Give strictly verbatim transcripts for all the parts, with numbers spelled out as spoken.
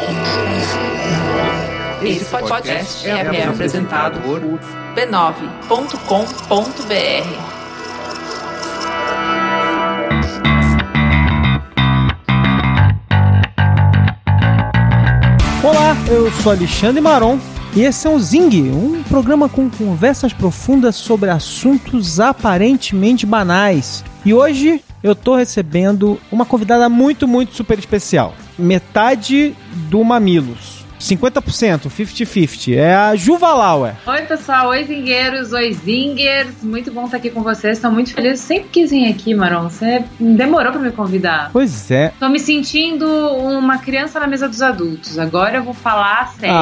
Esse podcast é, é apresentado por b nove ponto com ponto b r. Olá, eu sou Alexandre Maron e esse é o Zing, um programa com conversas profundas sobre assuntos aparentemente banais. E hoje eu tô recebendo uma convidada muito, muito super especial. Metade do Mamilos. cinquenta por cento, cinquenta cinquenta. É a Ju Valauer. Oi, pessoal. Oi, zingueiros. Oi, zingers. Muito bom estar aqui com vocês. Estou muito feliz. Sempre quis vir aqui, Maron. Você demorou para me convidar. Pois é. Tô me sentindo uma criança na mesa dos adultos. Agora eu vou falar sério.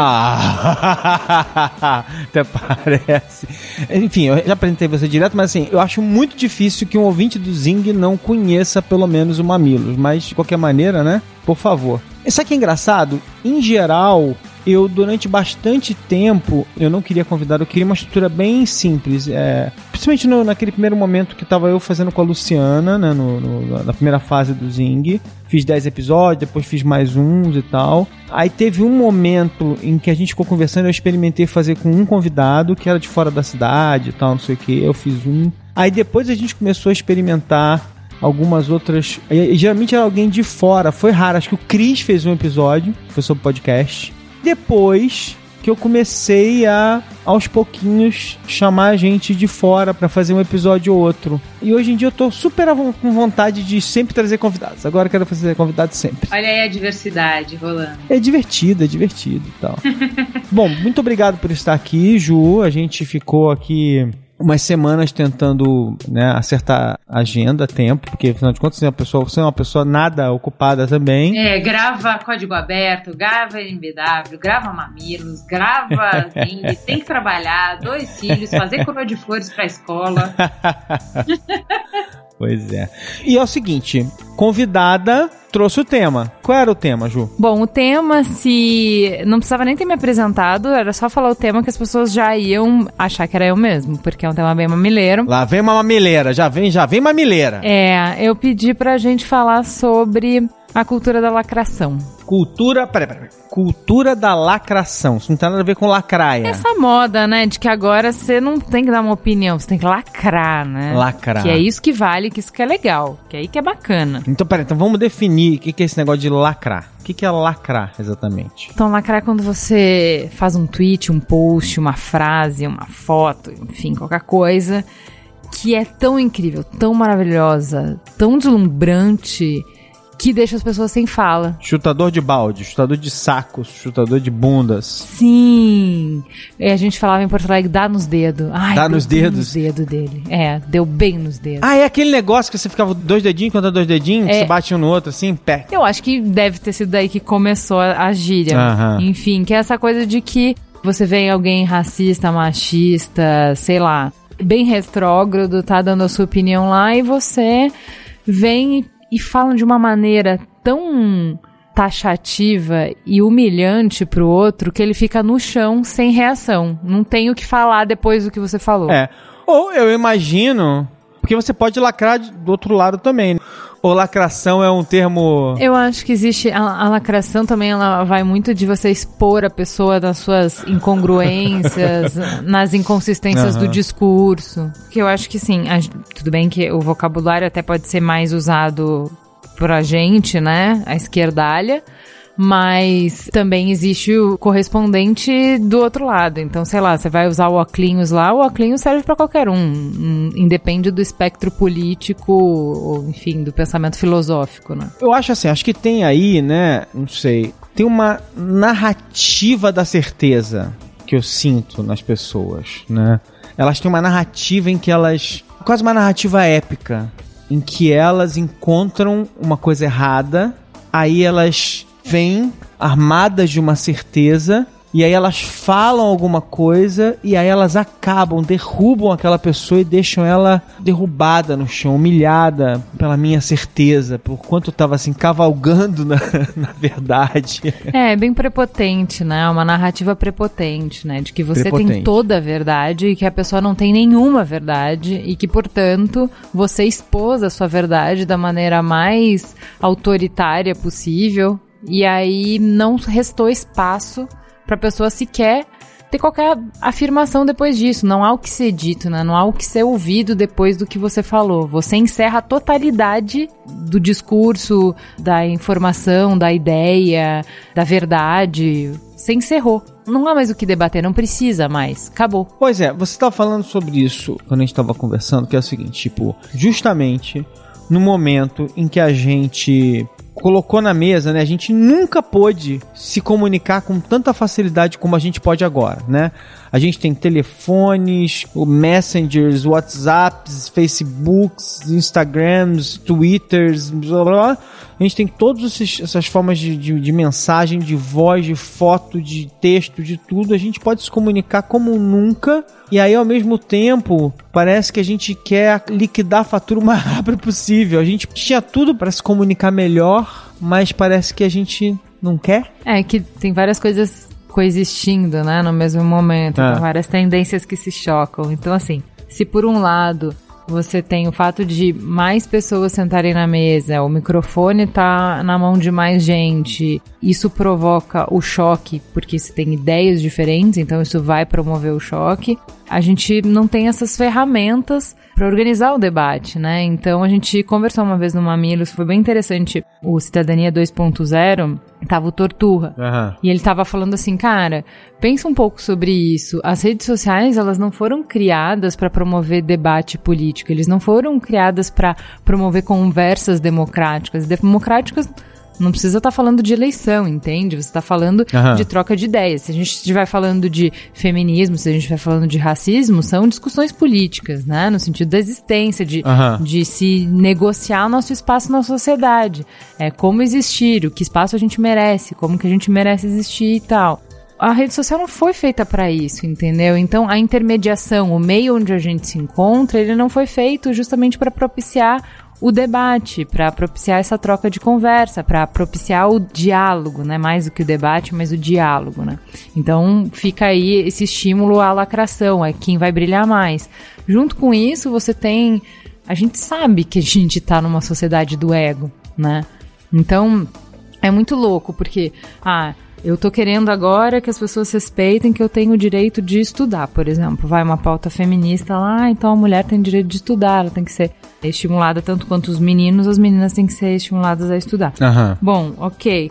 Ah, até parece. Enfim, eu já apresentei você direto, mas assim, eu acho muito difícil que um ouvinte do Zing não conheça pelo menos o Mamilos. Mas, de qualquer maneira, né? Por favor. Isso aqui é engraçado. Em geral, eu durante bastante tempo, eu não queria convidar, eu queria uma estrutura bem simples. É, principalmente no, naquele primeiro momento que estava eu fazendo com a Luciana, né, no, no, na primeira fase do Zing. Fiz dez episódios, depois fiz mais uns e tal. Aí teve um momento em que a gente ficou conversando, eu experimentei fazer com um convidado que era de fora da cidade e tal, não sei o que. Eu fiz um. Aí depois a gente começou a experimentar algumas outras, e, e geralmente era alguém de fora, foi raro, acho que o Cris fez um episódio, foi sobre podcast. Depois que eu comecei a, aos pouquinhos, chamar gente de fora pra fazer um episódio ou outro. E hoje em dia eu tô super com vontade de sempre trazer convidados. Agora eu quero fazer convidados sempre. Olha aí a diversidade rolando. É divertido, é divertido e tal. Bom, muito obrigado por estar aqui, Ju. A gente ficou aqui umas semanas tentando, né, acertar a agenda, tempo, porque afinal de contas você é uma pessoa, você é uma pessoa nada ocupada também. É, grava Código Aberto, grava N B W, grava Mamilos, grava Zing, tem que trabalhar, dois filhos, fazer coroa de flores pra escola. Pois é. E é o seguinte, convidada trouxe o tema. Qual era o tema, Ju? Bom, o tema, se... não precisava nem ter me apresentado, era só falar o tema que as pessoas já iam achar que era eu mesmo, porque é um tema bem mamileiro. Lá vem uma mamileira, já vem, já vem mamileira. É, eu pedi pra gente falar sobre a cultura da lacração. Cultura, peraí, peraí, cultura da lacração, isso não tem nada a ver com lacraia. Essa moda, né, de que agora você não tem que dar uma opinião, você tem que lacrar, né? Lacrar. Que é isso que vale, que isso que é legal, que é aí que é bacana. Então, peraí, então vamos definir o que, que é esse negócio de lacrar. O que, que é lacrar, exatamente? Então, lacrar é quando você faz um tweet, um post, uma frase, uma foto, enfim, qualquer coisa que é tão incrível, tão maravilhosa, tão deslumbrante, que deixa as pessoas sem fala. Chutador de balde, chutador de sacos, chutador de bundas. Sim. E a gente falava em Porto Alegre, dá nos dedos. Ai, dá deu nos bem dedos? nos dedos dele. É, deu bem nos dedos. Ah, é aquele negócio que você ficava dois dedinhos contra dois dedinhos, É. que você bate um no outro assim, pé. Eu acho que deve ter sido daí que começou a, a gíria. Aham. Enfim, que é essa coisa de que você vê alguém racista, machista, sei lá, bem retrógrado, tá dando a sua opinião lá e você vem e e falam de uma maneira tão taxativa e humilhante pro outro que ele fica no chão sem reação. Não tem o que falar depois do que você falou. É. Ou eu imagino, porque você pode lacrar do outro lado também. Ou lacração é um termo... Eu acho que existe... A, a lacração também, ela vai muito de você expor a pessoa nas suas incongruências, nas inconsistências Uhum. do discurso. Que eu acho que sim, a, tudo bem que o vocabulário até pode ser mais usado pra gente, né? A esquerdalha. Mas também existe o correspondente do outro lado. Então, sei lá, você vai usar o óculos lá, o óculos serve pra qualquer um. Independe do espectro político, ou enfim, do pensamento filosófico, né? Eu acho assim, acho que tem aí, né, não sei, tem uma narrativa da certeza que eu sinto nas pessoas, né? Elas têm uma narrativa em que elas... quase uma narrativa épica, em que elas encontram uma coisa errada, aí elas vêm armadas de uma certeza E aí elas falam alguma coisa e aí elas acabam, derrubam aquela pessoa e deixam ela derrubada no chão, humilhada pela minha certeza, por quanto eu tava assim, cavalgando na, na verdade. É, bem prepotente, né? Uma narrativa prepotente, né? De que você Prepotente. tem toda a verdade e que a pessoa não tem nenhuma verdade e que, portanto, você expôs a sua verdade da maneira mais autoritária possível. E aí não restou espaço pra pessoa sequer ter qualquer afirmação depois disso. Não há o que ser dito, né? Não há o que ser ouvido depois do que você falou. Você encerra a totalidade do discurso, da informação, da ideia, da verdade. Você encerrou. Não há mais o que debater, não precisa mais. Acabou. Pois é, você estava falando sobre isso quando a gente estava conversando, que é o seguinte, tipo, justamente no momento em que a gente colocou na mesa, né? A gente nunca pôde se comunicar com tanta facilidade como a gente pode agora, né? A gente tem telefones, messengers, whatsapps, facebooks, instagrams, twitters, blá, blá, blá. A gente tem todas essas formas de, de, de mensagem, de voz, de foto, de texto, de tudo. A gente pode se comunicar como nunca. E aí, ao mesmo tempo, parece que a gente quer liquidar a fatura o mais rápido possível. A gente tinha tudo para se comunicar melhor, mas parece que a gente não quer. É que tem várias coisas coexistindo, né, no mesmo momento. É. Tem várias tendências que se chocam. Então, assim, se por um lado você tem o fato de mais pessoas sentarem na mesa, o microfone tá na mão de mais gente, isso provoca o choque, porque você tem ideias diferentes, então isso vai promover o choque. A gente não tem essas ferramentas para organizar o debate, né? Então a gente conversou uma vez no Mamilos, foi bem interessante, o Cidadania dois ponto zero, tava o Torturra, Uhum. e ele tava falando assim, cara, pensa um pouco sobre isso, as redes sociais, elas não foram criadas para promover debate político, eles não foram criadas para promover conversas democráticas, democráticas não precisa estar falando de eleição, entende? Você está falando Uhum. de troca de ideias. Se a gente estiver falando de feminismo, se a gente estiver falando de racismo, são discussões políticas, né? No sentido da existência, de, Uhum. de se negociar o nosso espaço na sociedade. É, como existir, o que espaço a gente merece, como que a gente merece existir e tal. A rede social não foi feita para isso, entendeu? Então, a intermediação, o meio onde a gente se encontra, ele não foi feito justamente para propiciar o debate, para propiciar essa troca de conversa, para propiciar o diálogo, né? Mais do que o debate, mas o diálogo, né? Então, fica aí esse estímulo à lacração, é quem vai brilhar mais. Junto com isso, você tem... A gente sabe que a gente tá numa sociedade do ego, né? Então, é muito louco, porque... ah, eu tô querendo agora que as pessoas respeitem que eu tenho o direito de estudar, por exemplo. Vai uma pauta feminista lá, então a mulher tem direito de estudar, ela tem que ser estimulada tanto quanto os meninos, as meninas têm que ser estimuladas a estudar. Uhum. Bom, ok.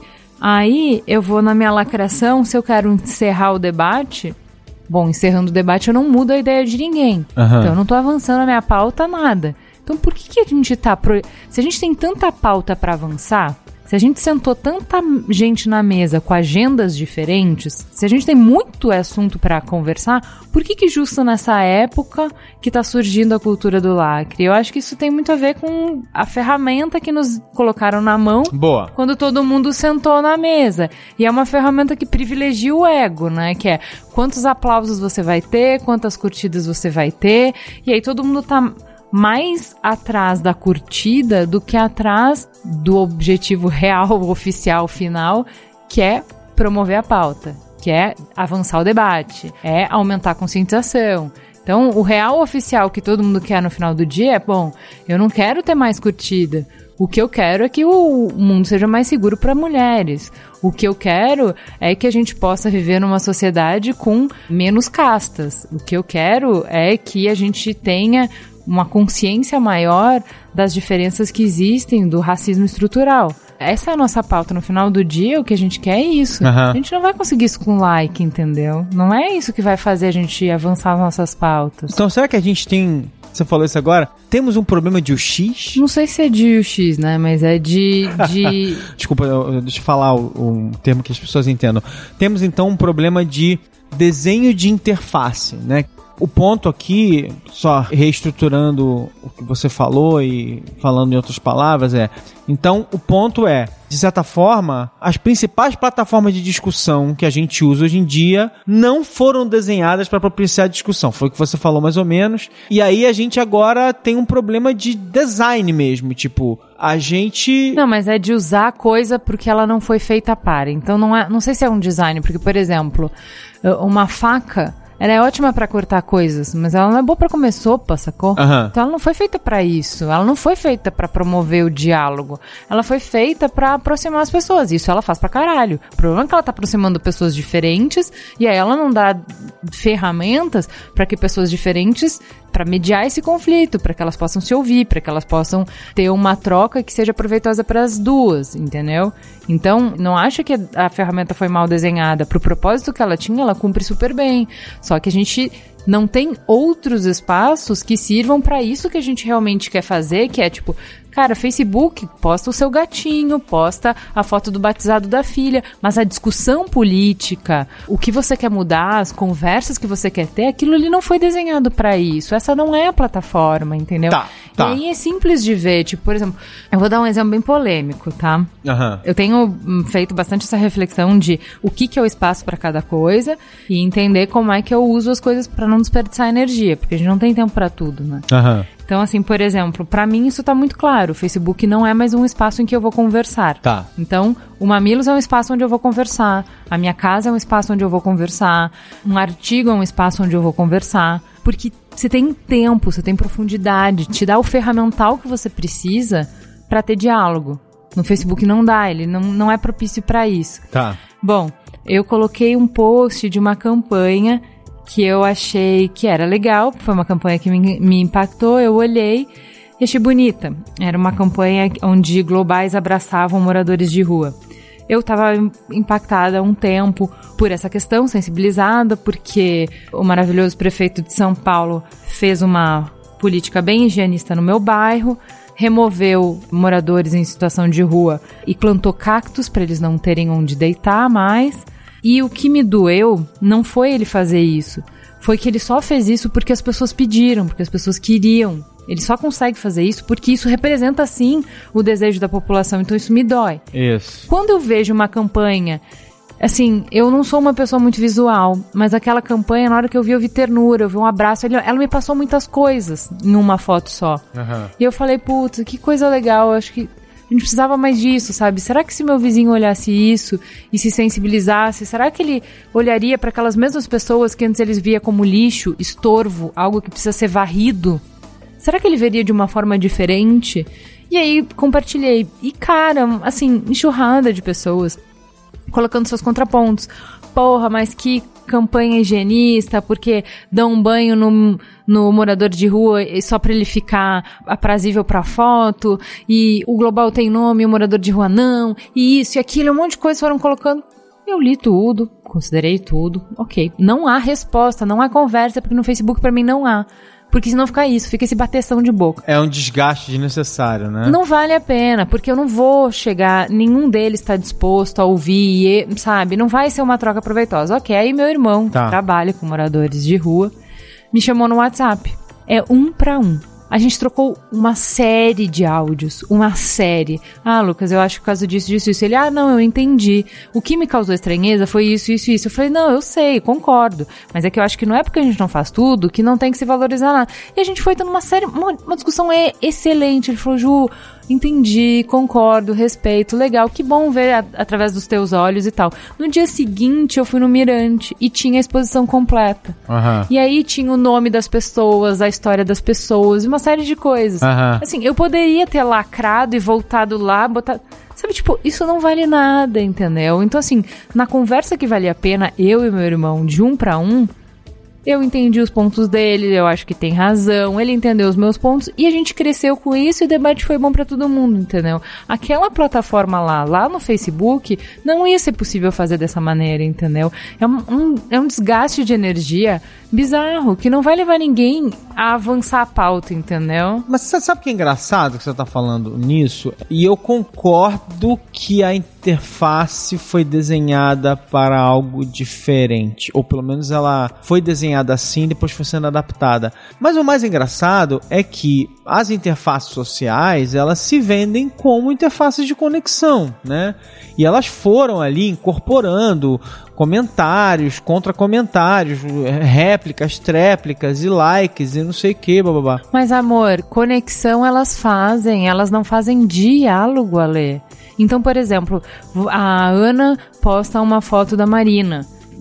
Aí eu vou na minha lacração, se eu quero encerrar o debate, bom, encerrando o debate eu não mudo a ideia de ninguém. Uhum. Então eu não tô avançando a minha pauta, nada. Então por que que a gente tá... Pro... Se a gente tem tanta pauta pra avançar... Se a gente sentou tanta gente na mesa com agendas diferentes, se a gente tem muito assunto para conversar, por que que justo nessa época que tá surgindo a cultura do lacre? Eu acho que isso tem muito a ver com a ferramenta que nos colocaram na mão. Boa. Quando todo mundo sentou na mesa. E é uma ferramenta que privilegia o ego, né? Que é quantos aplausos você vai ter, quantas curtidas você vai ter, e aí todo mundo tá... mais atrás da curtida do que atrás do objetivo real, oficial, final, que é promover a pauta, que é avançar o debate, é aumentar a conscientização. Então, o real oficial que todo mundo quer no final do dia é, bom, eu não quero ter mais curtida. O que eu quero é que o mundo seja mais seguro para mulheres. O que eu quero é que a gente possa viver numa sociedade com menos castas. O que eu quero é que a gente tenha uma consciência maior das diferenças que existem do racismo estrutural. Essa é a nossa pauta. No final do dia, o que a gente quer é isso. Uhum. A gente não vai conseguir isso com like, entendeu? Não é isso que vai fazer a gente avançar as nossas pautas. Então, será que a gente tem... Você falou isso agora? Temos um problema de U X? Não sei se é de U X, né? Mas é de... de... Desculpa, eu, deixa eu falar o, o termo que as pessoas entendam. Temos, então, um problema de desenho de interface, né? O ponto aqui, só reestruturando o que você falou e falando em outras palavras, é... Então, o ponto é, de certa forma, as principais plataformas de discussão que a gente usa hoje em dia não foram desenhadas para propiciar a discussão. Foi o que você falou mais ou menos. E aí a gente agora tem um problema de design mesmo. Tipo, a gente... Não, mas é de usar a coisa porque ela não foi feita para. Então, não, é, não sei se é um design, porque, por exemplo, uma faca... Ela é ótima pra cortar coisas, mas ela não é boa pra comer sopa, sacou? Uhum. Então ela não foi feita pra isso. Ela não foi feita pra promover o diálogo. Ela foi feita pra aproximar as pessoas. Isso ela faz pra caralho. O problema é que ela tá aproximando pessoas diferentes e aí ela não dá ferramentas pra que pessoas diferentes, pra mediar esse conflito, pra que elas possam se ouvir, pra que elas possam ter uma troca que seja proveitosa para as duas, entendeu? Então, não acho que a ferramenta foi mal desenhada. Pro propósito que ela tinha, ela cumpre super bem. Só que a gente não tem outros espaços que sirvam pra isso que a gente realmente quer fazer, que é tipo, cara, Facebook, posta o seu gatinho, posta a foto do batizado da filha, mas a discussão política, o que você quer mudar, as conversas que você quer ter, aquilo ali não foi desenhado pra isso. Essa não é a plataforma, entendeu? Tá, tá. E aí é simples de ver, tipo, por exemplo, eu vou dar um exemplo bem polêmico, tá? Uhum. Eu tenho hum, feito bastante essa reflexão de o que, que é o espaço pra cada coisa e entender como é que eu uso as coisas pra não desperdiçar energia, porque a gente não tem tempo pra tudo, né? Uhum. Então, assim, por exemplo, pra mim isso tá muito claro. O Facebook não é mais um espaço em que eu vou conversar. Tá. Então, o Mamilos é um espaço onde eu vou conversar. A minha casa é um espaço onde eu vou conversar. Um artigo é um espaço onde eu vou conversar. Porque você tem tempo, você tem profundidade, te dá o ferramental que você precisa pra ter diálogo. No Facebook não dá, ele não, não é propício pra isso. Tá. Bom, eu coloquei um post de uma campanha que eu achei que era legal, foi uma campanha que me, me impactou, eu olhei e achei bonita. Era uma campanha onde globais abraçavam moradores de rua. Eu estava impactada há um tempo por essa questão, sensibilizada, porque o maravilhoso prefeito de São Paulo fez uma política bem higienista no meu bairro, removeu moradores em situação de rua e plantou cactos para eles não terem onde deitar mais. E o que me doeu não foi ele fazer isso, foi que ele só fez isso porque as pessoas pediram, porque as pessoas queriam. Ele só consegue fazer isso porque isso representa, sim, o desejo da população, então isso me dói. Isso. Quando eu vejo uma campanha, assim, eu não sou uma pessoa muito visual, mas aquela campanha, na hora que eu vi, eu vi ternura, eu vi um abraço, ela me passou muitas coisas em uma foto só. Uhum. E eu falei, putz, que coisa legal, eu acho que a gente precisava mais disso, sabe? Será que se meu vizinho olhasse isso e se sensibilizasse, será que ele olharia para aquelas mesmas pessoas que antes eles via como lixo, estorvo, algo que precisa ser varrido? Será que ele veria de uma forma diferente? E aí compartilhei. E cara, assim, enxurrada de pessoas colocando seus contrapontos. Porra, mas que campanha higienista, porque dão um banho no, no morador de rua só pra ele ficar aprazível pra foto, e o global tem nome e o morador de rua não, e isso e aquilo, um monte de coisas foram colocando. Eu li tudo, considerei tudo, ok. Não há resposta, não há conversa, porque no Facebook pra mim não há. Porque senão fica isso, fica esse bateção de boca. É um desgaste desnecessário, né? Não vale a pena, porque eu não vou chegar, nenhum deles está disposto a ouvir, sabe? Não vai ser uma troca proveitosa. Ok, aí meu irmão, tá, que trabalha com moradores de rua, me chamou no WhatsApp. É um pra um. A gente trocou uma série de áudios, uma série. Ah, Lucas, eu acho que por causa disso, disso, isso. Ele, ah, não, eu entendi. O que me causou estranheza foi isso, isso, isso. Eu falei, não, eu sei, concordo. Mas é que eu acho que não é porque a gente não faz tudo que não tem que se valorizar nada. E a gente foi tendo uma série, uma, uma discussão é excelente. Ele falou, Ju, entendi, concordo, respeito, legal, que bom ver a, através dos teus olhos e tal. No dia seguinte, eu fui no Mirante e tinha a exposição completa. Uhum. E aí tinha o nome das pessoas, a história das pessoas, uma série de coisas. Uhum. Assim, eu poderia ter lacrado e voltado lá, botar... Sabe, tipo, isso não vale nada, entendeu? Então, assim, na conversa que valia a pena, eu e meu irmão, de um pra um, eu entendi os pontos dele, eu acho que tem razão, ele entendeu os meus pontos e a gente cresceu com isso e o debate foi bom pra todo mundo, entendeu? Aquela plataforma lá, lá no Facebook, não ia ser possível fazer dessa maneira, entendeu? É um, um, é um desgaste de energia bizarro, que não vai levar ninguém a avançar a pauta, entendeu? Mas você sabe o que é engraçado que você tá falando nisso? E eu concordo que a interface foi desenhada para algo diferente, ou pelo menos ela foi desenhada assim e depois foi sendo adaptada. Mas o mais engraçado é que as interfaces sociais, elas se vendem como interfaces de conexão, né? E elas foram ali incorporando comentários, contra-comentários, réplicas, tréplicas e likes e não sei o que, bababá. Mas amor, conexão elas fazem, elas não fazem diálogo, Ale. Então, por exemplo, a Ana posta uma foto da Marina.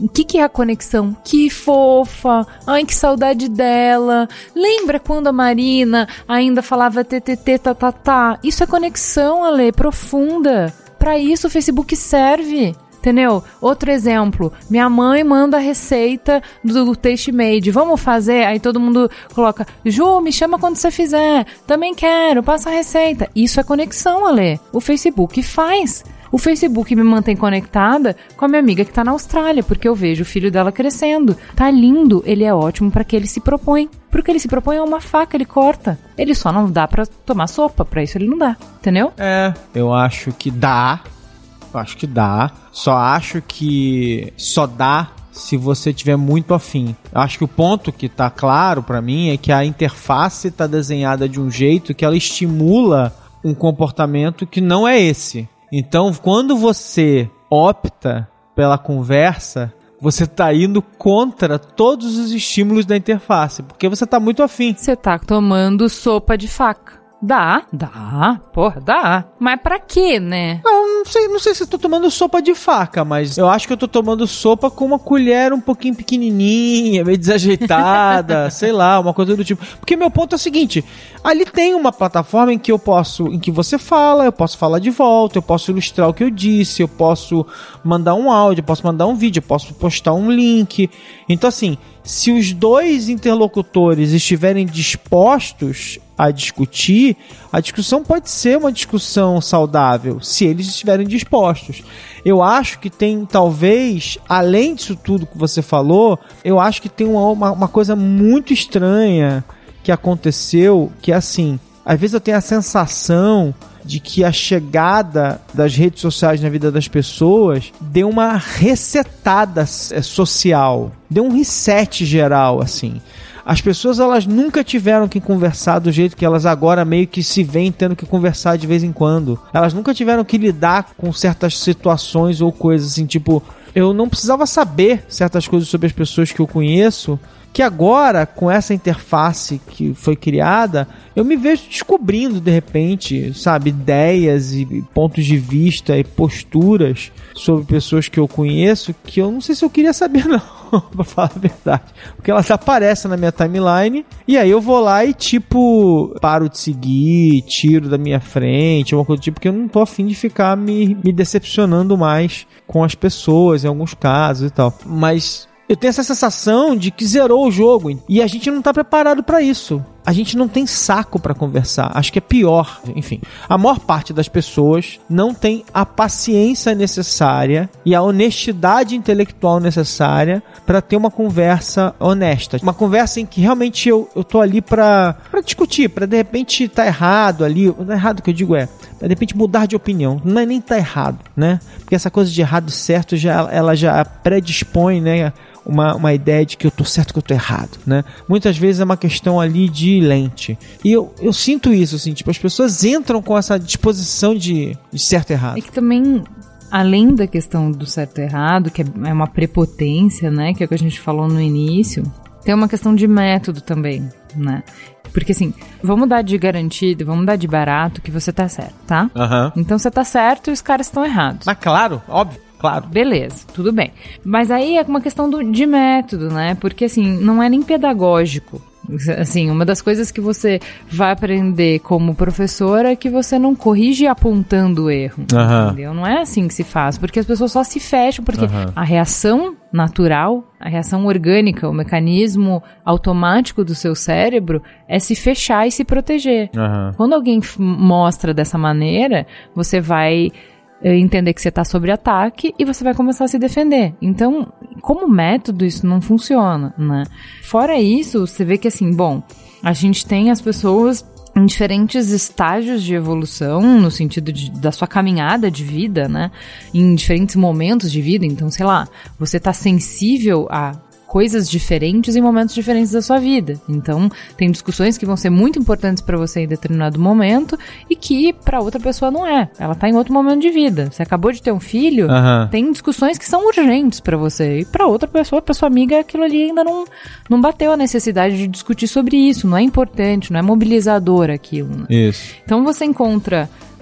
o que, que é a conexão? Que fofa, ai que saudade dela. Lembra quando a Marina ainda falava ttt, tatatá? Isso é conexão, Ale, profunda. Pra isso o Facebook serve. Entendeu? Outro exemplo, minha mãe manda a receita do Taste Made, vamos fazer? Aí todo mundo coloca, Ju, me chama quando você fizer, também quero, passa a receita. Isso é conexão, Ale. O Facebook faz. O Facebook me mantém conectada com a minha amiga que tá na Austrália, porque eu vejo o filho dela crescendo. Tá lindo, ele é ótimo para que ele se propõe. Porque ele se propõe é uma faca, ele corta. Ele só não dá pra tomar sopa, pra isso ele não dá, entendeu? É, eu acho que dá. Eu acho que dá. Só acho que só dá se você tiver muito afim. Eu acho que o ponto que tá claro pra mim é que a interface tá desenhada de um jeito que ela estimula um comportamento que não é esse. Então, quando você opta pela conversa, você tá indo contra todos os estímulos da interface, porque você tá muito afim. Você tá tomando sopa de faca. Dá, dá, porra, dá. Mas pra quê, né? Não, não sei, não sei se eu tô tomando sopa de faca, mas eu acho que eu tô tomando sopa com uma colher um pouquinho pequenininha, meio desajeitada, sei lá, uma coisa do tipo. Porque meu ponto é o seguinte, ali tem uma plataforma em que eu posso, em que você fala, eu posso falar de volta, eu posso ilustrar o que eu disse, eu posso mandar um áudio, eu posso mandar um vídeo, eu posso postar um link. Então assim, se os dois interlocutores estiverem dispostos a discutir, a discussão pode ser uma discussão saudável, se eles estiverem dispostos. Eu acho que tem, talvez, além disso tudo que você falou, eu acho que tem uma, uma, uma coisa muito estranha que aconteceu, que é assim, às vezes eu tenho a sensação de que a chegada das redes sociais na vida das pessoas deu uma resetada social, deu um reset geral, assim. As pessoas, elas nunca tiveram que conversar do jeito que elas agora meio que se veem tendo que conversar de vez em quando. Elas nunca tiveram que lidar com certas situações ou coisas assim, tipo, eu não precisava saber certas coisas sobre as pessoas que eu conheço, que agora, com essa interface que foi criada, eu me vejo descobrindo, de repente, sabe, ideias e pontos de vista e posturas sobre pessoas que eu conheço que eu não sei se eu queria saber, não, pra falar a verdade. Porque elas aparecem na minha timeline e aí eu vou lá e, tipo, paro de seguir, tiro da minha frente, uma coisa do tipo, porque eu não tô afim de ficar me, me decepcionando mais com as pessoas, em alguns casos e tal. Mas eu tenho essa sensação de que zerou o jogo e a gente não tá preparado pra isso. A gente não tem saco pra conversar. Acho que é pior. Enfim, a maior parte das pessoas não tem a paciência necessária e a honestidade intelectual necessária pra ter uma conversa honesta. Uma conversa em que realmente eu, eu tô ali pra, pra discutir, pra de repente tá errado ali. Não é errado que eu digo é, pra de repente mudar de opinião. Não é nem tá errado, né? Porque essa coisa de errado e certo, já, ela já predispõe, né? Uma, uma ideia de que eu tô certo, que eu tô errado, né? Muitas vezes é uma questão ali de lente. E eu, eu sinto isso, assim, tipo, as pessoas entram com essa disposição de, de certo e errado. É que também, além da questão do certo e errado, que é uma prepotência, né? Que é o que a gente falou no início, tem uma questão de método também, né? Porque assim, vamos dar de garantido, vamos dar de barato que você tá certo, tá? Uhum. Então você tá certo e os caras estão errados. Mas claro, óbvio. Claro. Beleza, tudo bem. Mas aí é uma questão do, de método, né? Porque, assim, não é nem pedagógico. Assim, uma das coisas que você vai aprender como professor é que você não corrige apontando o erro. Uhum. Entendeu? Não é assim que se faz, porque as pessoas só se fecham, porque uhum. a reação natural, a reação orgânica, o mecanismo automático do seu cérebro é se fechar e se proteger. Uhum. Quando alguém f- mostra dessa maneira, você vai entender que você está sob ataque e você vai começar a se defender. Então, como método, isso não funciona, né? Fora isso, você vê que assim, bom, a gente tem as pessoas em diferentes estágios de evolução, no sentido de, da sua caminhada de vida, né? Em diferentes momentos de vida. Então, sei lá, você está sensível a coisas diferentes em momentos diferentes da sua vida. Então, tem discussões que vão ser muito importantes para você em determinado momento e que para outra pessoa não é. Ela tá em outro momento de vida. Você acabou de ter um filho, uhum. tem discussões que são urgentes para você. E para outra pessoa, para sua amiga, aquilo ali ainda não, não bateu a necessidade de discutir sobre isso. Não é importante, não é mobilizador aquilo. Né? Isso. Então, você encontra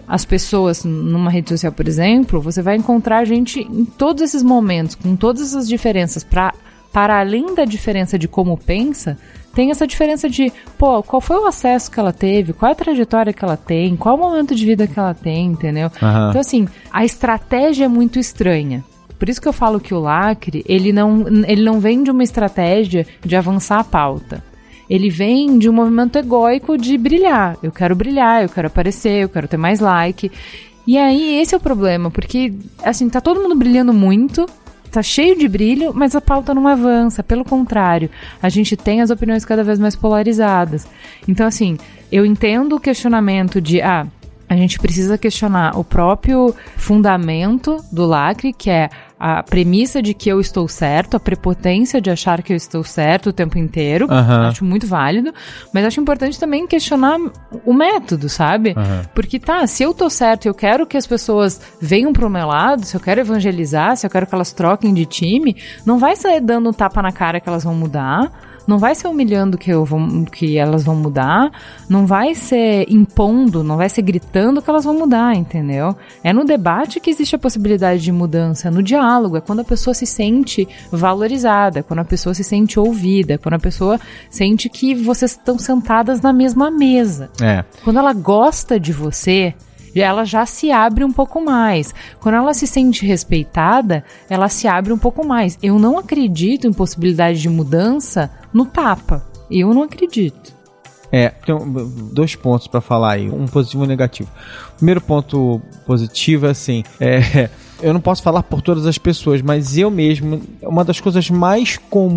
as pessoas numa rede social, por exemplo, você vai encontrar gente em todos esses momentos, com todas essas diferenças, pra, para além da diferença de como pensa, tem essa diferença de, pô, qual foi o acesso que ela teve, qual é a trajetória que ela tem, qual o momento de vida que ela tem, entendeu? Uhum. Então, assim, a estratégia é muito estranha. Por isso que eu falo que o lacre, ele não, ele não vem de uma estratégia de avançar a pauta. Ele vem de um movimento egóico de brilhar. Eu quero brilhar, eu quero aparecer, eu quero ter mais like. E aí, esse é o problema, porque, assim, tá todo mundo brilhando muito, tá cheio de brilho, mas a pauta não avança. Pelo contrário, a gente tem as opiniões cada vez mais polarizadas. Então, assim, eu entendo o questionamento de, ah, a gente precisa questionar o próprio fundamento do lacre, que é a premissa de que eu estou certo, a prepotência de achar que eu estou certo o tempo inteiro. Uhum. Acho muito válido, mas acho importante também questionar o método, sabe? Uhum. Porque tá, se eu tô certo e eu quero que as pessoas venham pro meu lado, se eu quero evangelizar, se eu quero que elas troquem de time, não vai sair dando um tapa na cara que elas vão mudar. Não vai ser humilhando que, eu vou, que elas vão mudar, não vai ser impondo, não vai ser gritando que elas vão mudar, entendeu? É no debate que existe a possibilidade de mudança, é no diálogo, é quando a pessoa se sente valorizada, quando a pessoa se sente ouvida, quando a pessoa sente que vocês estão sentadas na mesma mesa. É. Quando ela gosta de você, ela já se abre um pouco mais. Quando ela se sente respeitada, ela se abre um pouco mais. Eu não acredito em possibilidade de mudança no tapa. Eu não acredito. É, tem dois pontos pra falar aí, um positivo e um negativo. O primeiro ponto positivo é assim, é, eu não posso falar por todas as pessoas, mas eu mesmo, uma das coisas mais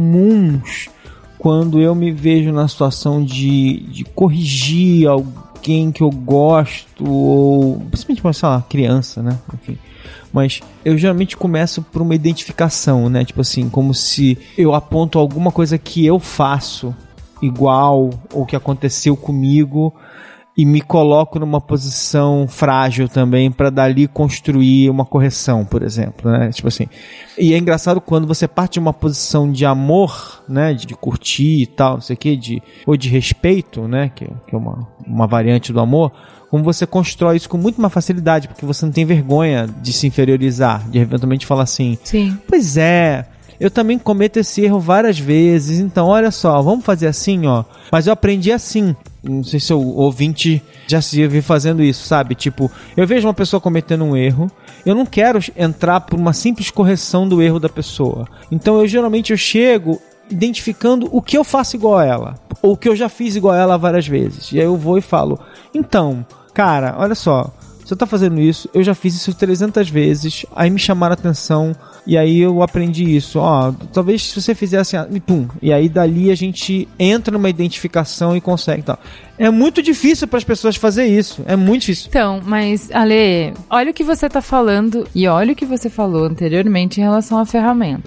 comuns quando eu me vejo na situação de, de corrigir alguém que eu gosto, ou principalmente uma, sei lá, criança, né? Enfim. Mas eu geralmente começo por uma identificação, né? Tipo assim, como se eu aponto alguma coisa que eu faço igual ou que aconteceu comigo e me coloco numa posição frágil também para dali construir uma correção, por exemplo, né? Tipo assim. E é engraçado quando você parte de uma posição de amor, né? De, de curtir e tal, não sei o quê, de, ou de respeito, né? Que, que é uma, uma variante do amor. Como você constrói isso com muito mais facilidade, porque você não tem vergonha de se inferiorizar, de eventualmente falar assim, sim, pois é, eu também cometo esse erro várias vezes, então olha só, vamos fazer assim, ó, mas eu aprendi assim. Não sei se o ouvinte já se viu fazendo isso, sabe? Tipo, eu vejo uma pessoa cometendo um erro, eu não quero entrar por uma simples correção do erro da pessoa. Então eu geralmente eu chego identificando o que eu faço igual a ela, ou o que eu já fiz igual a ela várias vezes. E aí eu vou e falo, então, cara, olha só, você tá fazendo isso, eu já fiz isso trezentas vezes, aí me chamaram a atenção, e aí eu aprendi isso, ó, talvez se você fizesse assim, pum, e aí dali a gente entra numa identificação e consegue, tal. É muito difícil para as pessoas fazer isso, é muito difícil. Então, mas, Ale, olha o que você tá falando, e olha o que você falou anteriormente em relação à ferramenta.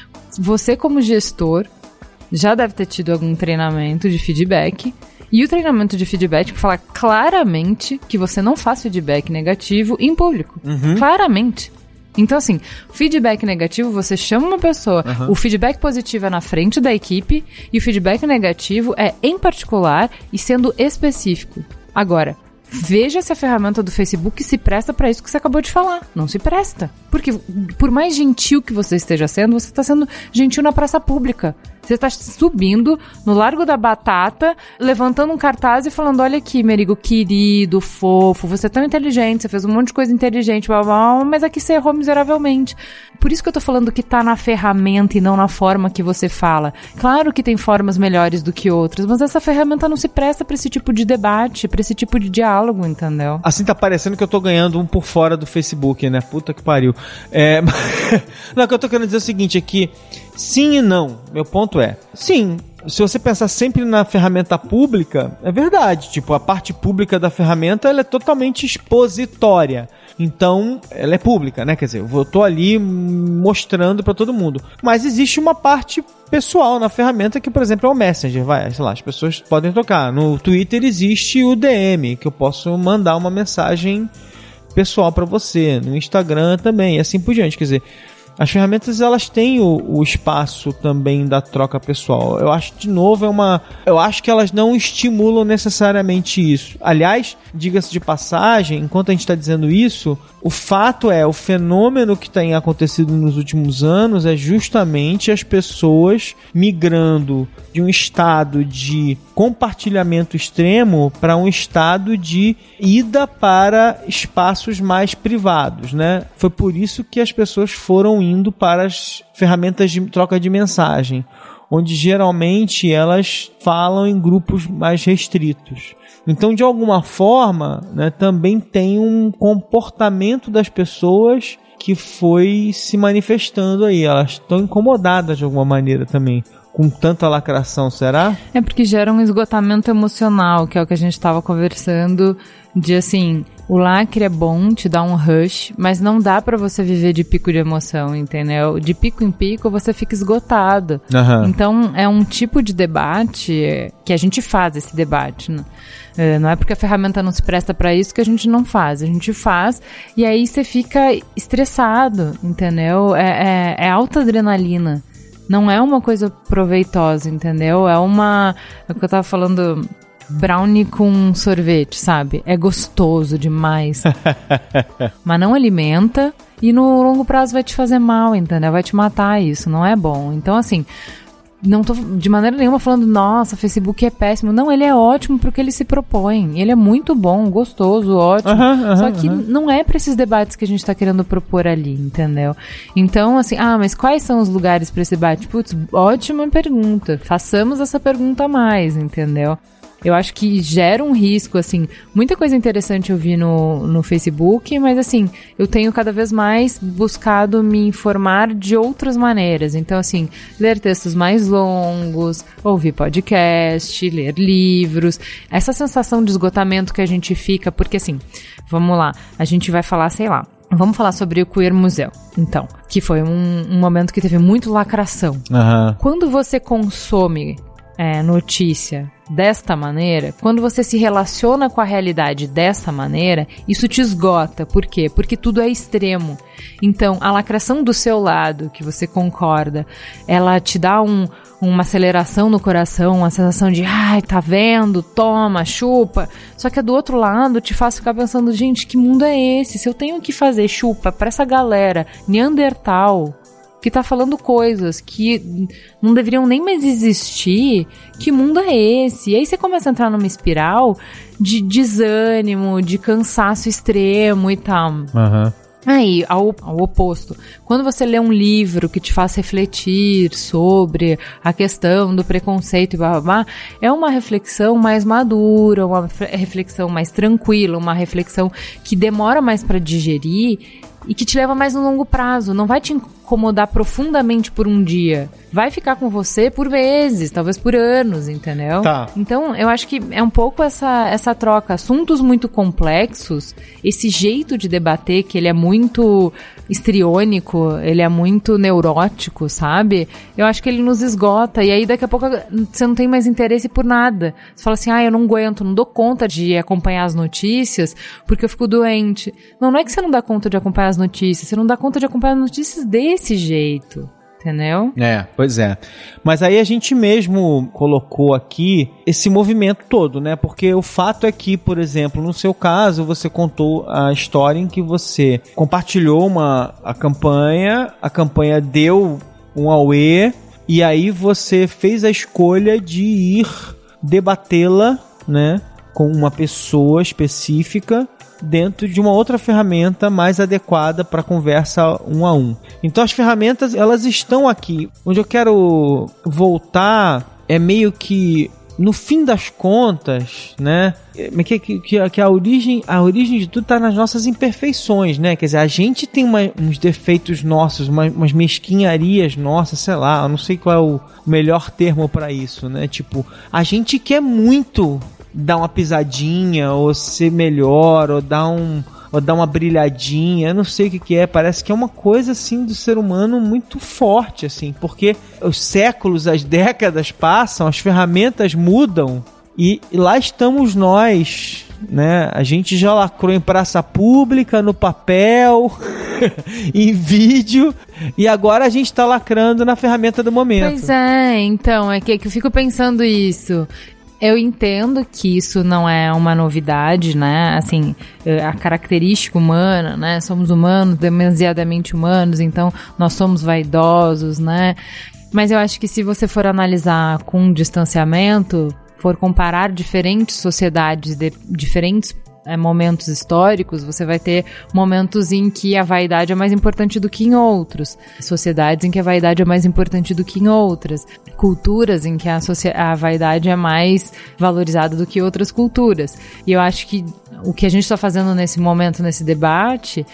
Você como gestor já deve ter tido algum treinamento de feedback. E o treinamento de feedback fala claramente que você não faz feedback negativo em público. Uhum. Claramente. Então, assim, feedback negativo, você chama uma pessoa. Uhum. O feedback positivo é na frente da equipe e o feedback negativo é em particular e sendo específico. Agora, veja se a ferramenta do Facebook se presta para isso que você acabou de falar. Não se presta. Porque por mais gentil que você esteja sendo, você está sendo gentil na praça pública. Você está subindo no Largo da Batata, levantando um cartaz e falando, olha aqui, Merigo, querido, fofo, você é tão inteligente, você fez um monte de coisa inteligente, blá, blá, blá, mas aqui você errou miseravelmente. Por isso que eu tô falando que tá na ferramenta e não na forma que você fala. Claro que tem formas melhores do que outras, mas essa ferramenta não se presta pra esse tipo de debate, pra esse tipo de diálogo, entendeu? Assim tá parecendo que eu tô ganhando um por fora do Facebook, né? Puta que pariu. É... não, o que eu tô querendo dizer é o seguinte, é que sim e não. Meu ponto é, sim, se você pensar sempre na ferramenta pública, é verdade, tipo, a parte pública da ferramenta, ela é totalmente expositória. Então, ela é pública, né? Quer dizer, eu tô ali mostrando pra todo mundo. Mas existe uma parte pessoal na ferramenta que, por exemplo, é o Messenger, vai, sei lá, as pessoas podem tocar. No Twitter existe o D M, que eu posso mandar uma mensagem pessoal pra você. No Instagram também, e assim por diante, quer dizer... as ferramentas, elas têm o, o espaço também da troca pessoal. Eu acho, de novo, é uma... Eu acho que elas não estimulam necessariamente isso. Aliás, diga-se de passagem, enquanto a gente está dizendo isso, o fato é, o fenômeno que tem acontecido nos últimos anos é justamente as pessoas migrando de um estado de compartilhamento extremo para um estado de ida para espaços mais privados, né? Foi por isso que as pessoas foram indo para as ferramentas de troca de mensagem, onde geralmente elas falam em grupos mais restritos. Então, de alguma forma, né, também tem um comportamento das pessoas que foi se manifestando aí. Elas estão incomodadas de alguma maneira também com tanta lacração, será? É porque gera um esgotamento emocional, que é o que a gente estava conversando, de assim, o lacre é bom, te dá um rush, mas não dá pra você viver de pico de emoção, entendeu? De pico em pico você fica esgotado. Uhum. Então é um tipo de debate que a gente faz, esse debate, né? Não é porque a ferramenta não se presta pra isso que a gente não faz. A gente faz e aí você fica estressado, entendeu? É, é, é alta adrenalina. Não é uma coisa proveitosa, entendeu? É uma... É o que eu tava falando... Brownie com sorvete, sabe? É gostoso demais. Mas não alimenta e no longo prazo vai te fazer mal, entendeu? Vai te matar, isso não é bom. Então, assim... Não tô de maneira nenhuma falando, nossa, Facebook é péssimo. Não, ele é ótimo porque ele se propõe. Ele é muito bom, gostoso, ótimo. Uhum, uhum, Só que uhum. não é para esses debates que a gente tá querendo propor ali, entendeu? Então, assim, ah, mas quais são os lugares para esse debate? Putz, ótima pergunta. Façamos essa pergunta a mais, entendeu? Eu acho que gera um risco, assim, muita coisa interessante eu vi no, no Facebook, mas assim, eu tenho cada vez mais buscado me informar de outras maneiras. Então, assim, ler textos mais longos, ouvir podcast, ler livros, essa sensação de esgotamento que a gente fica, porque assim, vamos lá, a gente vai falar, sei lá, vamos falar sobre o Queer Museu, então, que foi um, um momento que teve muito lacração. Uhum. Quando você consome é, notícia desta maneira, quando você se relaciona com a realidade dessa maneira, isso te esgota. Por quê? Porque tudo é extremo. Então, a lacração do seu lado, que você concorda, ela te dá um, uma aceleração no coração, uma sensação de, ai, tá vendo? Toma, chupa. Só que a do outro lado te faz ficar pensando, gente, que mundo é esse? Se eu tenho que fazer chupa pra essa galera Neandertal, que tá falando coisas que não deveriam nem mais existir, que mundo é esse? E aí você começa a entrar numa espiral de desânimo, de cansaço extremo e tal. Uhum. Aí, ao, ao oposto, quando você lê um livro que te faz refletir sobre a questão do preconceito e blá blá blá, é uma reflexão mais madura, uma reflexão mais tranquila, uma reflexão que demora mais pra digerir e que te leva mais no longo prazo, não vai te incomodar profundamente por um dia, vai ficar com você por meses, talvez por anos, entendeu? Tá. Então, eu acho que é um pouco essa, essa troca, assuntos muito complexos, esse jeito de debater, que ele é muito histriônico, ele é muito neurótico, sabe? Eu acho que ele nos esgota, e aí daqui a pouco você não tem mais interesse por nada. Você fala assim, ah, eu não aguento, não dou conta de acompanhar as notícias, porque eu fico doente. Não, não é que você não dá conta de acompanhar as notícias, você não dá conta de acompanhar as notícias desse jeito. Entendeu? É, pois é. Mas aí a gente mesmo colocou aqui esse movimento todo, né? Porque o fato é que, por exemplo, no seu caso, você contou a história em que você compartilhou uma, a campanha, a campanha deu um auê, e aí você fez a escolha de ir debatê-la, né? Com uma pessoa específica dentro de uma outra ferramenta mais adequada para conversa um a um. Então as ferramentas, elas estão aqui. Onde eu quero voltar é meio que, no fim das contas, né, que, que, que a, origem, a origem de tudo está nas nossas imperfeições, né? Quer dizer, a gente tem uma, uns defeitos nossos, uma, umas mesquinharias nossas, sei lá, eu não sei qual é o melhor termo para isso, né? Tipo, a gente quer muito dar uma pisadinha, ou ser melhor, ou dar um, ou dar uma brilhadinha, eu não sei o que que é, parece que é uma coisa assim do ser humano muito forte, assim, porque os séculos, as décadas passam, as ferramentas mudam, e, e lá estamos nós né? A gente já lacrou em praça pública, no papel, em vídeo, e agora a gente tá lacrando na ferramenta do momento. Pois é, então, é que, que eu fico pensando isso. Eu entendo que isso não é uma novidade, né? Assim, a característica humana, né? Somos humanos, demasiadamente humanos, então nós somos vaidosos, né? Mas eu acho que se você for analisar com distanciamento, for comparar diferentes sociedades, de, diferentes é, momentos históricos, você vai ter momentos em que a vaidade é mais importante do que em outros, sociedades em que a vaidade é mais importante do que em outras, culturas em que a, a vaidade é mais valorizada do que outras culturas. E eu acho que o que a gente está fazendo nesse momento, nesse debate,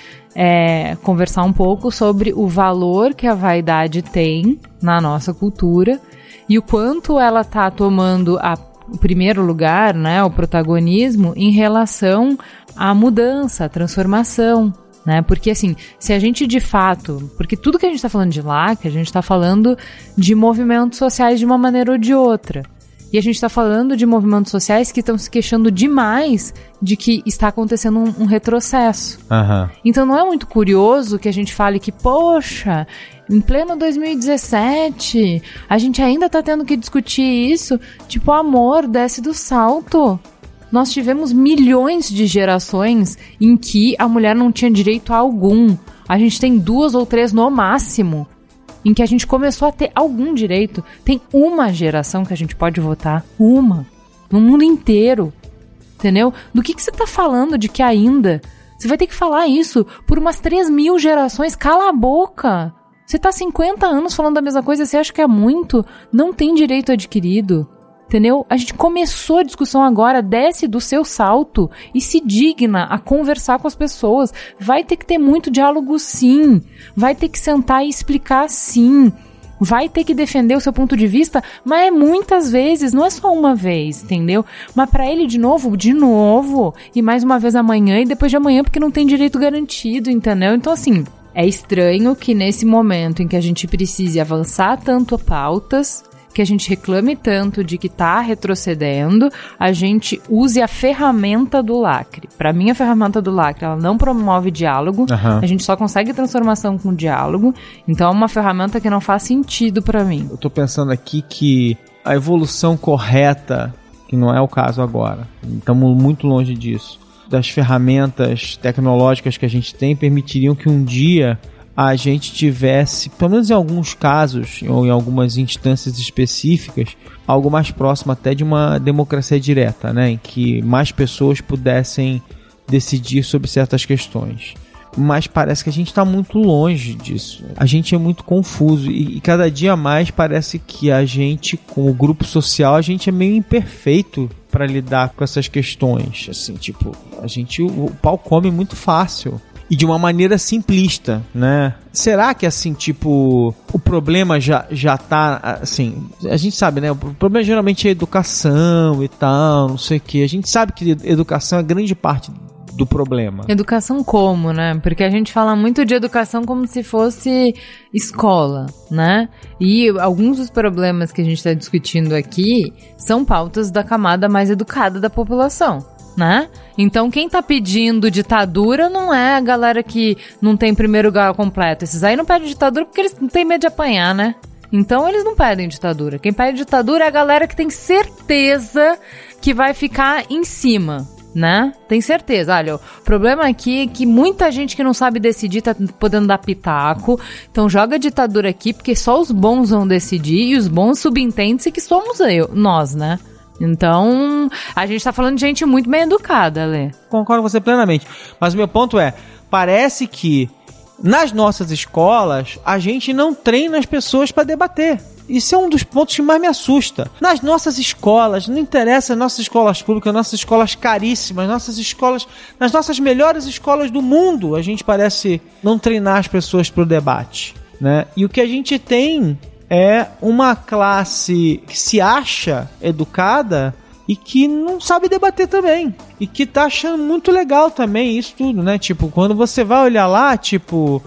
é conversar um pouco sobre o valor que a vaidade tem na nossa cultura e o quanto ela está tomando a o primeiro lugar, né, o protagonismo em relação à mudança, à transformação, né, porque assim, se a gente de fato, porque tudo que a gente está falando de lá, que a gente está falando de movimentos sociais de uma maneira ou de outra, e a gente está falando de movimentos sociais que estão se queixando demais de que está acontecendo um, um retrocesso. Uhum. Então não é muito curioso que a gente fale que, poxa, em pleno dois mil e dezessete, a gente ainda está tendo que discutir isso, tipo, amor, desce do salto. Nós tivemos milhões de gerações em que a mulher não tinha direito a algum. A gente tem duas ou três no máximo em que a gente começou a ter algum direito. Tem uma geração que a gente pode votar. Uma. No mundo inteiro. Entendeu? Do que, que você tá falando de que ainda? Você vai ter que falar isso por umas três mil gerações. Cala a boca. Você tá há cinquenta anos falando da mesma coisa, você acha que é muito? Não tem direito adquirido. Entendeu? A gente começou a discussão agora, desce do seu salto e se digna a conversar com as pessoas. Vai ter que ter muito diálogo, sim. Vai ter que sentar e explicar, sim. Vai ter que defender o seu ponto de vista, mas é muitas vezes, não é só uma vez, entendeu? Mas pra ele de novo, de novo, e mais uma vez amanhã e depois de amanhã, porque não tem direito garantido, entendeu? Então assim, é estranho que nesse momento em que a gente precise avançar tanto pautas, que a gente reclame tanto de que tá retrocedendo, a gente use a ferramenta do lacre. Pra mim, a ferramenta do lacre, ela não promove diálogo, uhum. A gente só consegue transformação com diálogo, então é uma ferramenta que não faz sentido pra mim. Eu tô pensando aqui que a evolução correta, que não é o caso agora, estamos muito longe disso, das ferramentas tecnológicas que a gente tem, permitiriam que um dia a gente tivesse, pelo menos em alguns casos, ou em algumas instâncias específicas, algo mais próximo até de uma democracia direta, né? Em que mais pessoas pudessem decidir sobre certas questões. Mas parece que a gente está muito longe disso. A gente é muito confuso e, e cada dia mais parece que a gente, com o grupo social, a gente é meio imperfeito para lidar com essas questões. Assim, tipo, a gente, o, o pau come muito fácil. E de uma maneira simplista, né? Será que, assim, tipo, o problema já, já tá, assim... A gente sabe, né? O problema geralmente é educação e tal, não sei o quê. A gente sabe que educação é grande parte do problema. Educação como, né? Porque a gente fala muito de educação como se fosse escola, né? E alguns dos problemas que a gente está discutindo aqui são pautas da camada mais educada da população, né? Então quem tá pedindo ditadura não é a galera que não tem primeiro grau completo. Esses aí não pedem ditadura porque eles não têm medo de apanhar, né? Então eles não pedem ditadura. Quem pede ditadura é a galera que tem certeza que vai ficar em cima, né? Tem certeza. Olha, o problema aqui é que muita gente que não sabe decidir tá podendo dar pitaco. Então joga ditadura aqui porque só os bons vão decidir e os bons subentendem-se que somos eu, nós, né? Então, a gente tá falando de gente muito bem educada, Lê. Concordo com você plenamente. Mas o meu ponto é, parece que nas nossas escolas, a gente não treina as pessoas para debater. Isso é um dos pontos que mais me assusta. Nas nossas escolas, não interessa nossas escolas públicas, nossas escolas caríssimas, nossas escolas, nas nossas melhores escolas do mundo, a gente parece não treinar as pessoas para o debate, né? E o que a gente tem é uma classe que se acha educada e que não sabe debater também. E que tá achando muito legal também isso tudo, né? Tipo, quando você vai olhar lá, tipo,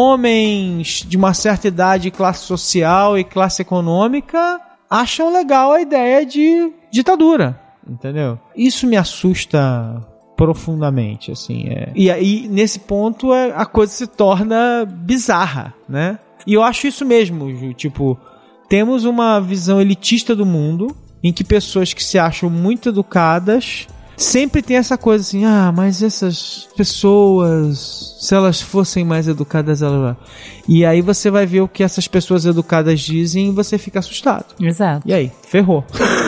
homens de uma certa idade, classe social e classe econômica acham legal a ideia de ditadura. entendeu? Isso me assusta profundamente, assim. É. E aí, nesse ponto, a coisa se torna bizarra, né? E eu acho isso mesmo, Ju, tipo, temos uma visão elitista do mundo, em que pessoas que se acham muito educadas sempre tem essa coisa assim, ah, mas essas pessoas, se elas fossem mais educadas, elas... E aí você vai ver o que essas pessoas educadas dizem e você fica assustado. Exato. E aí, ferrou.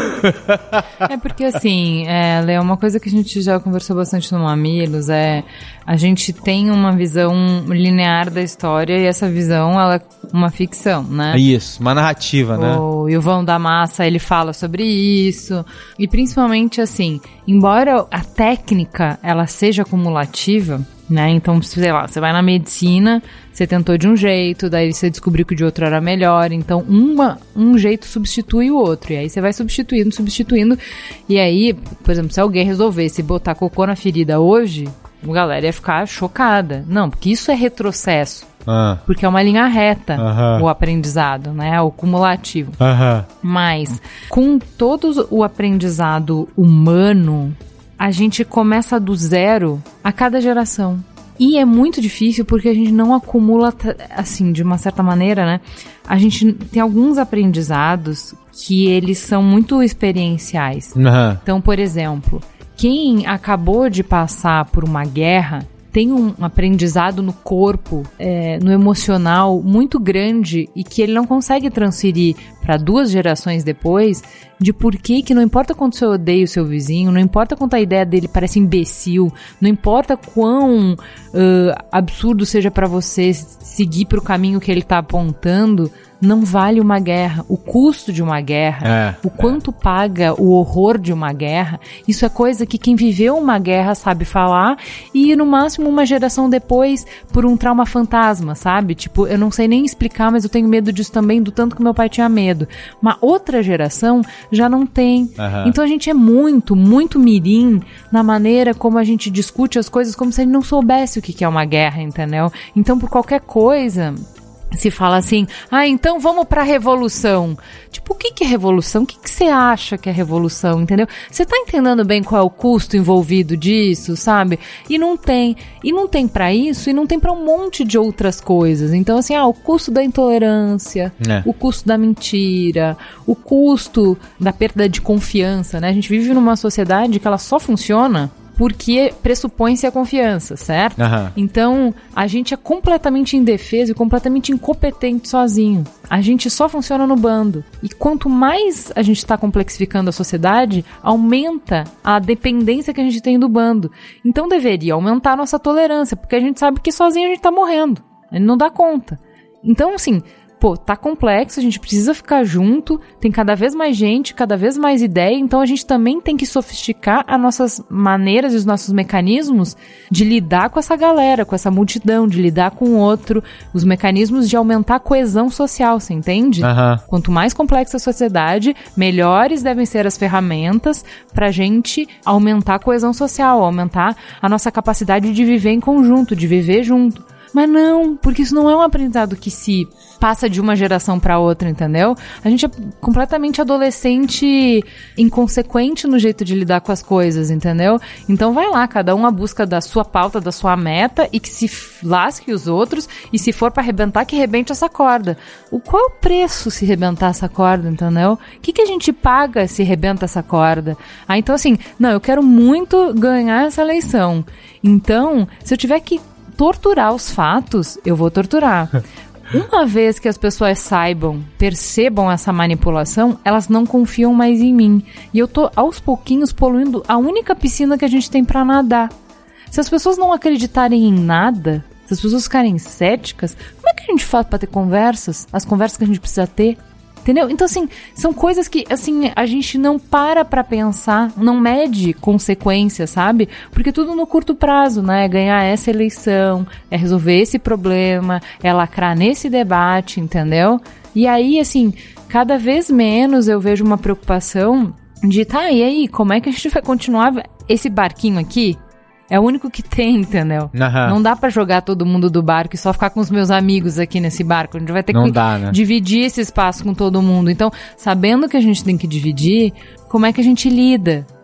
É porque assim, é, Lê, uma coisa que a gente já conversou bastante no Mamilos é a gente tem uma visão linear da história e essa visão, ela é uma ficção, né? Isso, uma narrativa, né? O Ilvão da Massa, ele fala sobre isso. E principalmente assim, embora a técnica, ela seja acumulativa, né? Então, sei lá, você vai na medicina, você tentou de um jeito, daí você descobriu que o de outro era melhor, então uma, um jeito substitui o outro, e aí você vai substituindo, substituindo, e aí, por exemplo, se alguém resolvesse botar cocô na ferida hoje, a galera ia ficar chocada. Não, porque isso é retrocesso. Ah. Porque é uma linha reta, uh-huh. o aprendizado, né? O cumulativo. Uh-huh. Mas, com todo o aprendizado humano, a gente começa do zero a cada geração. E é muito difícil porque a gente não acumula, assim, de uma certa maneira, né? A gente tem alguns aprendizados que eles são muito experienciais. Uhum. Então, por exemplo, quem acabou de passar por uma guerra tem um aprendizado no corpo, é, no emocional muito grande e que ele não consegue transferir para duas gerações depois, de por que que não importa quanto você odeia o seu vizinho, não importa quanto a ideia dele parece imbecil, não importa quão uh, absurdo seja para você seguir para o caminho que ele está apontando, não vale uma guerra. O custo de uma guerra, é, o quanto é. paga o horror de uma guerra, isso é coisa que quem viveu uma guerra sabe falar e no máximo uma geração depois por um trauma fantasma, sabe? Tipo, eu não sei nem explicar, mas eu tenho medo disso também, do tanto que meu pai tinha medo. Uma outra geração já não tem. Uhum. Então a gente é muito, muito mirim na maneira como a gente discute as coisas como se ele não soubesse o que é uma guerra, entendeu? Então por qualquer coisa se fala assim, ah, então vamos pra revolução. Tipo, o que que é revolução? O que que você acha que é revolução, entendeu? Você tá entendendo bem qual é o custo envolvido disso, sabe? E não tem. E não tem pra isso, e não tem pra um monte de outras coisas. Então, assim, ah, o custo da intolerância, é. o custo da mentira, o custo da perda de confiança, né? A gente vive numa sociedade que ela só funciona porque pressupõe-se a confiança, certo? Uhum. Então, a gente é completamente indefeso e completamente incompetente sozinho. A gente só funciona no bando. E quanto mais a gente está complexificando a sociedade, aumenta a dependência que a gente tem do bando. Então, deveria aumentar a nossa tolerância, porque a gente sabe que sozinho a gente está morrendo. A gente não dá conta. Então, assim... Pô, tá complexo, a gente precisa ficar junto, tem cada vez mais gente, cada vez mais ideia, então a gente também tem que sofisticar as nossas maneiras e os nossos mecanismos de lidar com essa galera, com essa multidão, de lidar com o outro, os mecanismos de aumentar a coesão social, você entende? Uhum. Quanto mais complexa a sociedade, melhores devem ser as ferramentas pra gente aumentar a coesão social, aumentar a nossa capacidade de viver em conjunto, de viver junto. Mas não, porque isso não é um aprendizado que se passa de uma geração para outra, entendeu? A gente é completamente adolescente, inconsequente no jeito de lidar com as coisas, entendeu? Então vai lá, cada um à busca da sua pauta, da sua meta e que se lasque os outros e se for para arrebentar, que rebente essa corda. O, qual é o preço se rebentar essa corda, entendeu? O que, que a gente paga se rebenta essa corda? Ah, então assim, não, eu quero muito ganhar essa eleição. Então, se eu tiver que torturar os fatos, eu vou torturar. Uma vez que as pessoas saibam, percebam essa manipulação, elas não confiam mais em mim. E eu tô, aos pouquinhos, poluindo a única piscina que a gente tem pra nadar. Se as pessoas não acreditarem em nada, se as pessoas ficarem céticas, como é que a gente faz pra ter conversas? As conversas que a gente precisa ter? Entendeu? Então, assim, são coisas que, assim, a gente não para pra pensar, não mede consequências, sabe? Porque tudo no curto prazo, né? É ganhar essa eleição, é resolver esse problema, é lacrar nesse debate, entendeu? E aí, assim, cada vez menos eu vejo uma preocupação de, tá, e aí, como é que a gente vai continuar esse barquinho aqui? É o único que tem, entendeu? Uhum. Não dá pra jogar todo mundo do barco e só ficar com os meus amigos aqui nesse barco. A gente vai ter Não que dá, né? dividir esse espaço com todo mundo. Então, sabendo que a gente tem que dividir, como é que a gente lida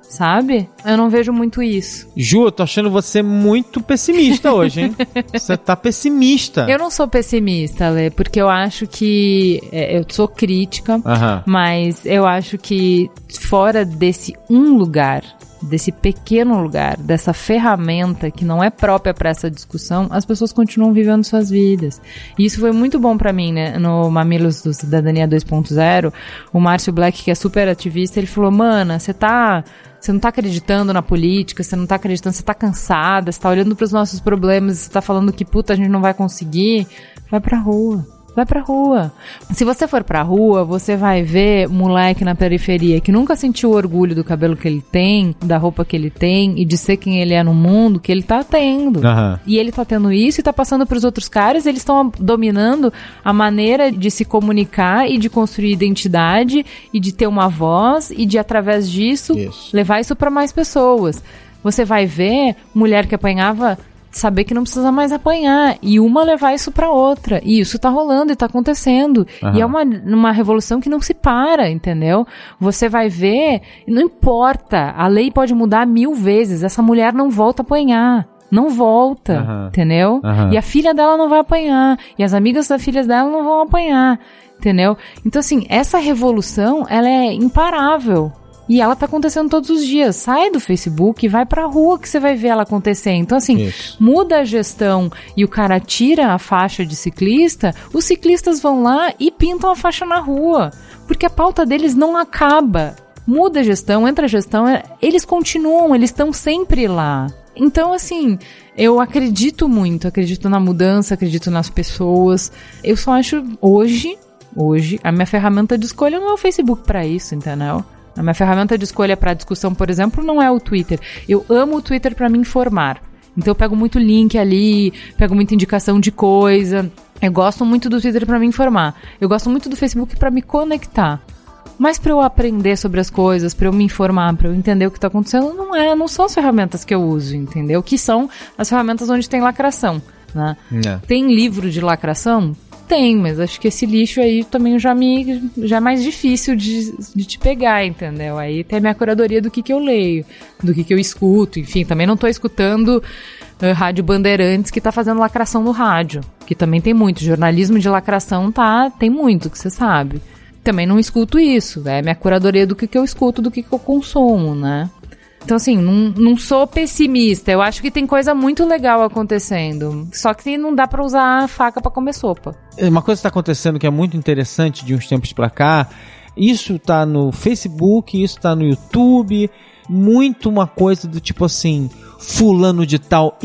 sabe? Eu não vejo muito isso. Ju, eu tô achando você muito pessimista hoje, hein? Você tá pessimista. Eu não sou pessimista, Lê, porque eu acho que... É, eu sou crítica, Aham. mas eu acho que fora desse um lugar, desse pequeno lugar, dessa ferramenta que não é própria para essa discussão, as pessoas continuam vivendo suas vidas. E isso foi muito bom para mim, né? No Mamilos do Cidadania dois ponto zero, o Márcio Black, que é super ativista, ele falou, mana, você tá... Você não tá acreditando na política, você não tá acreditando, você tá cansada, você tá olhando pros nossos problemas e você tá falando que, puta, a gente não vai conseguir. Vai pra rua. Vai pra rua. Se você for pra rua, você vai ver moleque na periferia que nunca sentiu orgulho do cabelo que ele tem, da roupa que ele tem e de ser quem ele é no mundo, que ele tá tendo. Uhum. E ele tá tendo isso e tá passando pros outros caras, eles estão dominando a maneira de se comunicar e de construir identidade e de ter uma voz e de, através disso, isso. levar isso pra mais pessoas. Você vai ver mulher que apanhava... saber que não precisa mais apanhar, e uma levar isso pra outra, e isso tá rolando e tá acontecendo, Uhum. e é uma, uma revolução que não se para, entendeu? Você vai ver, não importa, a lei pode mudar mil vezes, essa mulher não volta a apanhar, não volta, Uhum. entendeu? Uhum. E a filha dela não vai apanhar, e as amigas das filhas dela não vão apanhar, entendeu? Então assim, essa revolução, ela é imparável. E ela tá acontecendo todos os dias. Sai do Facebook e vai pra rua que você vai ver ela acontecer. Então, assim, Isso. muda a gestão e o cara tira a faixa de ciclista, os ciclistas vão lá e pintam a faixa na rua. Porque a pauta deles não acaba. Muda a gestão, entra a gestão, eles continuam, eles estão sempre lá. Então, assim, eu acredito muito, acredito na mudança, acredito nas pessoas. Eu só acho, hoje, hoje, a minha ferramenta de escolha não é o Facebook pra isso, entendeu? A minha ferramenta de escolha para discussão, por exemplo, não é o Twitter. Eu amo o Twitter para me informar. Então eu pego muito link ali, pego muita indicação de coisa. Eu gosto muito do Twitter para me informar. Eu gosto muito do Facebook para me conectar. Mas para eu aprender sobre as coisas, para eu me informar, para eu entender o que está acontecendo, não é, não são as ferramentas que eu uso, entendeu? Que são as ferramentas onde tem lacração, né? É. Tem livro de lacração? Tem, mas acho que esse lixo aí também já me já é mais difícil de, de te pegar, entendeu? Aí tem a minha curadoria do que que eu leio, do que que eu escuto, enfim, também não tô escutando uh, Rádio Bandeirantes que tá fazendo lacração no rádio, que também tem muito, jornalismo de lacração tá, tem muito, que você sabe. Também não escuto isso, é minha curadoria do que que eu escuto, do que que eu consumo, né? Então, assim, não, não sou pessimista. Eu acho que tem coisa muito legal acontecendo. Só que não dá pra usar a faca pra comer sopa. Uma coisa que está acontecendo que é muito interessante de uns tempos pra cá, isso tá no Facebook, isso tá no YouTube, muito uma coisa do tipo assim, fulano de tal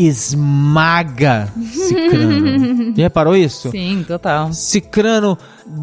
esmaga cicrano. Já reparou isso? Sim, total. Cicrano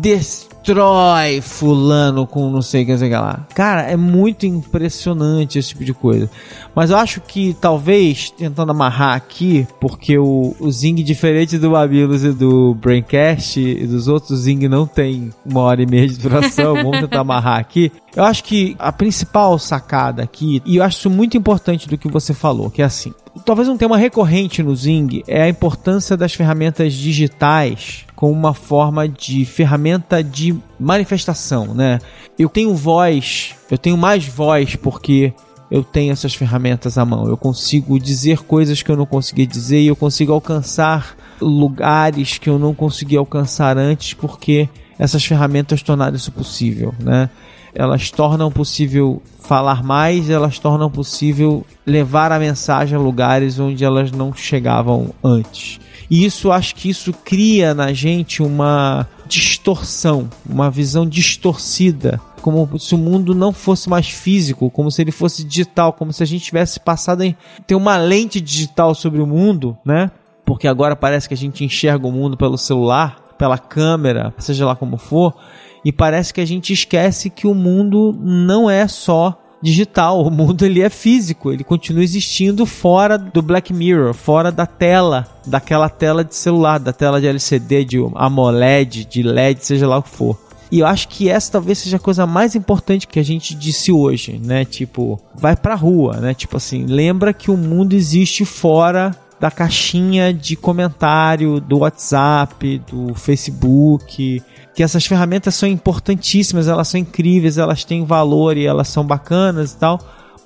destrói fulano com não sei o que, não sei o que lá. Cara, é muito impressionante esse tipo de coisa. Mas eu acho que talvez, tentando amarrar aqui, porque o, o Zing, diferente do Mamilos e do Braincast e dos outros, o Zing não tem uma hora e meia de duração, vamos tentar amarrar aqui. Eu acho que a principal sacada aqui, e eu acho isso muito importante do que você falou, que é assim, talvez um tema recorrente no Zing é a importância das ferramentas digitais como uma forma de ferramenta de manifestação, né? Eu tenho voz, eu tenho mais voz porque eu tenho essas ferramentas à mão. Eu consigo dizer coisas que eu não conseguia dizer e eu consigo alcançar lugares que eu não conseguia alcançar antes porque essas ferramentas tornaram isso possível, né? Elas tornam possível falar mais, elas tornam possível levar a mensagem a lugares onde elas não chegavam antes. E isso, acho que isso cria na gente uma distorção, uma visão distorcida, como se o mundo não fosse mais físico, como se ele fosse digital, como se a gente tivesse passado em ter uma lente digital sobre o mundo, né? Porque agora parece que a gente enxerga o mundo pelo celular, pela câmera, seja lá como for, e parece que a gente esquece que o mundo não é só digital, o mundo ele é físico, ele continua existindo fora do Black Mirror, fora da tela, daquela tela de celular, da tela de L C D, de AMOLED, de L E D, seja lá o que for. E eu acho que essa talvez seja a coisa mais importante que a gente disse hoje, né? Tipo, vai pra rua, né? Tipo assim, lembra que o mundo existe fora da caixinha de comentário do WhatsApp, do Facebook, que essas ferramentas são importantíssimas, elas são incríveis, elas têm valor e elas são bacanas e tal,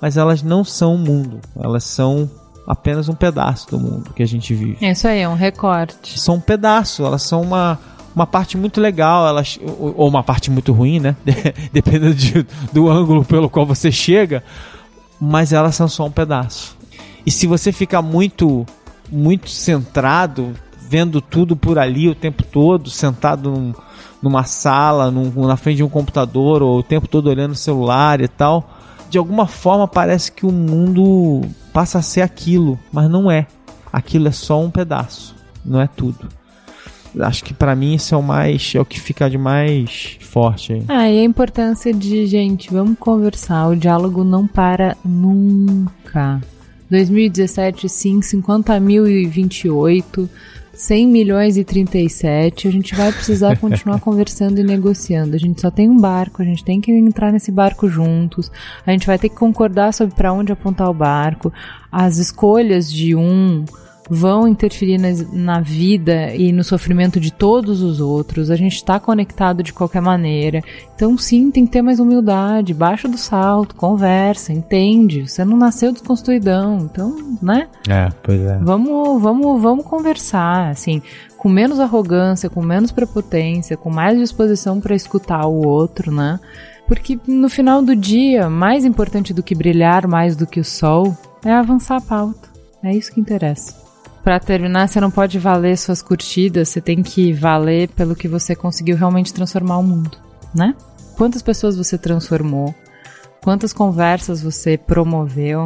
mas elas não são o mundo. Elas são apenas um pedaço do mundo que a gente vive. Isso aí, é um recorte. São um pedaço, elas são uma, uma parte muito legal, elas, ou, ou uma parte muito ruim, né? Dependendo de, do ângulo pelo qual você chega, mas elas são só um pedaço. E se você ficar muito, muito centrado, vendo tudo por ali o tempo todo, sentado num, numa sala, num, na frente de um computador, ou o tempo todo olhando o celular e tal, de alguma forma parece que o mundo passa a ser aquilo, mas não é. Aquilo é só um pedaço, não é tudo. Acho que pra mim isso é o mais, é o que fica de mais forte aí. Ah, e a importância de, gente, vamos conversar, o diálogo não para nunca. dois mil e dezessete, sim, cinquenta mil e vinte e oito, cem milhões e trinta e sete, a gente vai precisar continuar conversando e negociando. A gente só tem um barco, a gente tem que entrar nesse barco juntos, a gente vai ter que concordar sobre para onde apontar o barco. As escolhas de um vão interferir na, na vida e no sofrimento de todos os outros. A gente está conectado de qualquer maneira. Então sim, tem que ter mais humildade, baixa do salto, conversa, entende. Você não nasceu desconstruidão, então, né? É, pois é. Vamos, vamos, vamos conversar, assim, com menos arrogância, com menos prepotência, com mais disposição para escutar o outro, né? Porque no final do dia, mais importante do que brilhar, mais do que o sol, é avançar a pauta. É isso que interessa. Pra terminar, você não pode valer suas curtidas, você tem que valer pelo que você conseguiu realmente transformar o mundo, né? Quantas pessoas você transformou, quantas conversas você promoveu,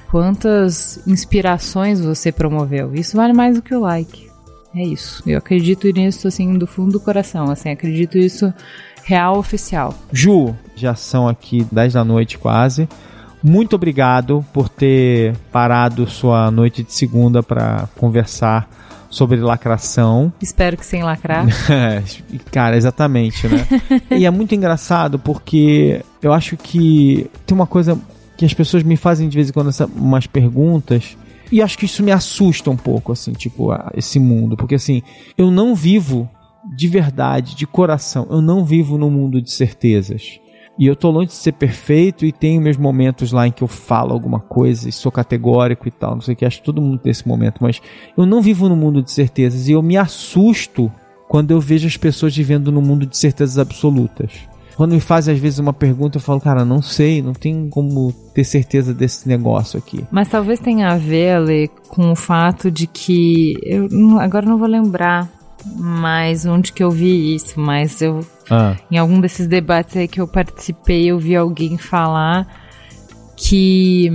quantas inspirações você promoveu. Isso vale mais do que o like. É isso. Eu acredito nisso, assim, do fundo do coração, assim, acredito isso real, oficial. Ju, já são aqui dez da noite quase. Muito obrigado por ter parado sua noite de segunda para conversar sobre lacração. Espero que sem lacrar. Cara, exatamente, né? E é muito engraçado porque eu acho que tem uma coisa que as pessoas me fazem de vez em quando essa, umas perguntas, e acho que isso me assusta um pouco, assim, tipo, esse mundo. Porque, assim, eu não vivo de verdade, de coração, eu não vivo num mundo de certezas. E eu tô longe de ser perfeito e tenho meus momentos lá em que eu falo alguma coisa e sou categórico e tal, não sei o que, acho que todo mundo tem esse momento, mas eu não vivo num mundo de certezas e eu me assusto quando eu vejo as pessoas vivendo num mundo de certezas absolutas. Quando me fazem às vezes uma pergunta, eu falo, cara, não sei, não tem como ter certeza desse negócio aqui. Mas talvez tenha a ver, Ale, com o fato de que, eu agora não vou lembrar mais onde que eu vi isso, mas eu ah. em algum desses debates aí que eu participei, eu vi alguém falar que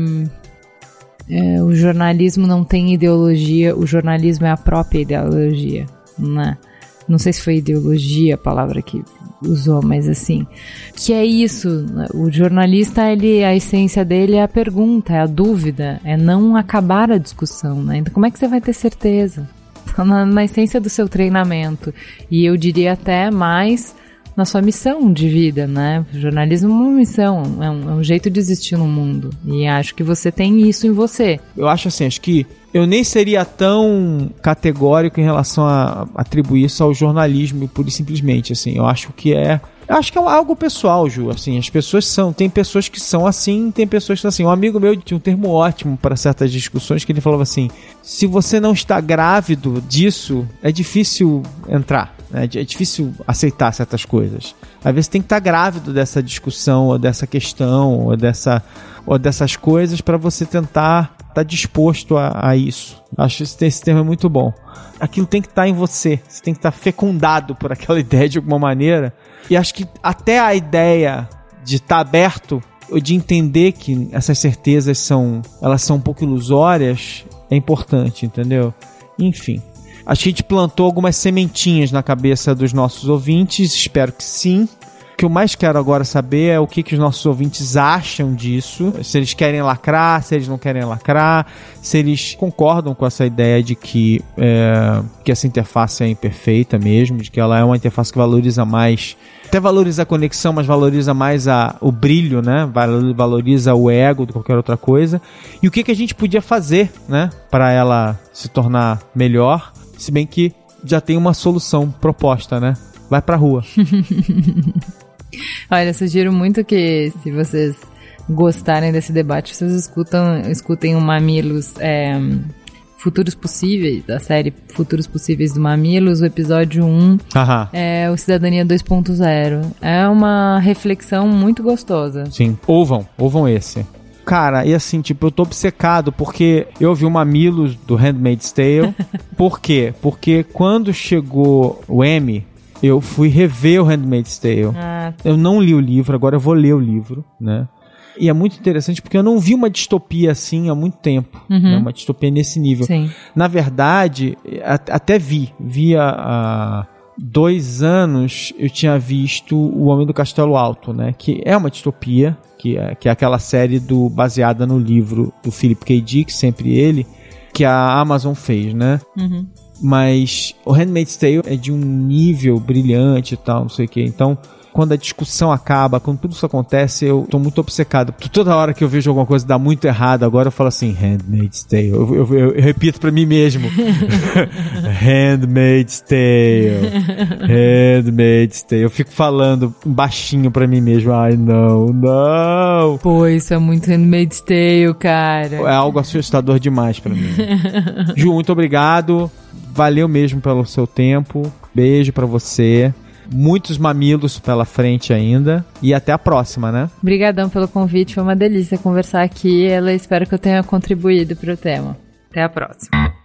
é, o jornalismo não tem ideologia, o jornalismo é a própria ideologia, né? Não sei se foi ideologia a palavra que usou, mas assim, que é isso, o jornalista, ele, a essência dele é a pergunta, é a dúvida, é não acabar a discussão, né? Então como é que você vai ter certeza? Na, na essência do seu treinamento, e eu diria até mais na sua missão de vida, né? O jornalismo é uma missão, é um, é um jeito de existir no mundo, e acho que você tem isso em você. Eu acho assim, acho que eu nem seria tão categórico em relação a atribuir isso ao jornalismo pura e simplesmente, assim, eu acho que é Eu acho que é algo pessoal, Ju, assim, as pessoas são, tem pessoas que são assim, tem pessoas que são assim. Um amigo meu tinha um termo ótimo para certas discussões, que ele falava assim, se você não está grávido disso, é difícil entrar, né? É difícil aceitar certas coisas. Às vezes tem que estar grávido dessa discussão, ou dessa questão, ou, dessa, ou dessas coisas para você tentar estar disposto a, a isso. Acho que esse, esse termo é muito bom. Aquilo tem que estar em você, você tem que estar fecundado por aquela ideia de alguma maneira. E acho que até a ideia de estar aberto, ou de entender que essas certezas são, elas são um pouco ilusórias, é importante, entendeu? Enfim, acho que a gente plantou algumas sementinhas na cabeça dos nossos ouvintes, espero que sim. O que eu mais quero agora saber é o que, que os nossos ouvintes acham disso, se eles querem lacrar, se eles não querem lacrar, se eles concordam com essa ideia de que, é, que essa interface é imperfeita mesmo, de que ela é uma interface que valoriza mais, até valoriza a conexão, mas valoriza mais a, o brilho, né? Valoriza o ego do que qualquer outra coisa. E o que, que a gente podia fazer, né, para ela se tornar melhor, se bem que já tem uma solução proposta, né? Vai pra rua. Olha, eu sugiro muito que, se vocês gostarem desse debate, vocês escutam, escutem o Mamilos... É, Futuros Possíveis, da série Futuros Possíveis do Mamilos, o episódio um Aham. é o Cidadania dois ponto zero. É uma reflexão muito gostosa. Sim, ouvam, ouvam esse. Cara, e assim, tipo, eu tô obcecado porque eu vi o Mamilos do Handmaid's Tale. Por quê? Porque quando chegou o Emmy, eu fui rever o Handmaid's Tale. Ah. Eu não li o livro, agora eu vou ler o livro, né? E é muito interessante porque eu não vi uma distopia assim há muito tempo. Uhum. Né? Uma distopia nesse nível. Sim. Na verdade, a, até vi. Vi há, há dois anos eu tinha visto O Homem do Castelo Alto, né? Que é uma distopia, que é, que é aquela série do, baseada no livro do Philip K. Dick, sempre ele, que a Amazon fez, né? Uhum. Mas o Handmaid's Tale é de um nível brilhante e tal, não sei o que. Então, quando a discussão acaba, quando tudo isso acontece, eu tô muito obcecado. Toda hora que eu vejo alguma coisa dar muito errado, agora eu falo assim, Handmaid's Tale. Eu, eu, eu, eu repito pra mim mesmo. Handmaid's Tale. Handmaid's Tale. Eu fico falando baixinho pra mim mesmo. Ai, não, não. Pô, isso é muito Handmaid's Tale, cara. É algo assustador demais pra mim. Ju, muito obrigado. Valeu mesmo pelo seu tempo. Beijo pra você. Muitos mamilos pela frente ainda. E até a próxima, né? Obrigadão pelo convite. Foi uma delícia conversar aqui. Ela espero que eu tenha contribuído pro tema. Até a próxima.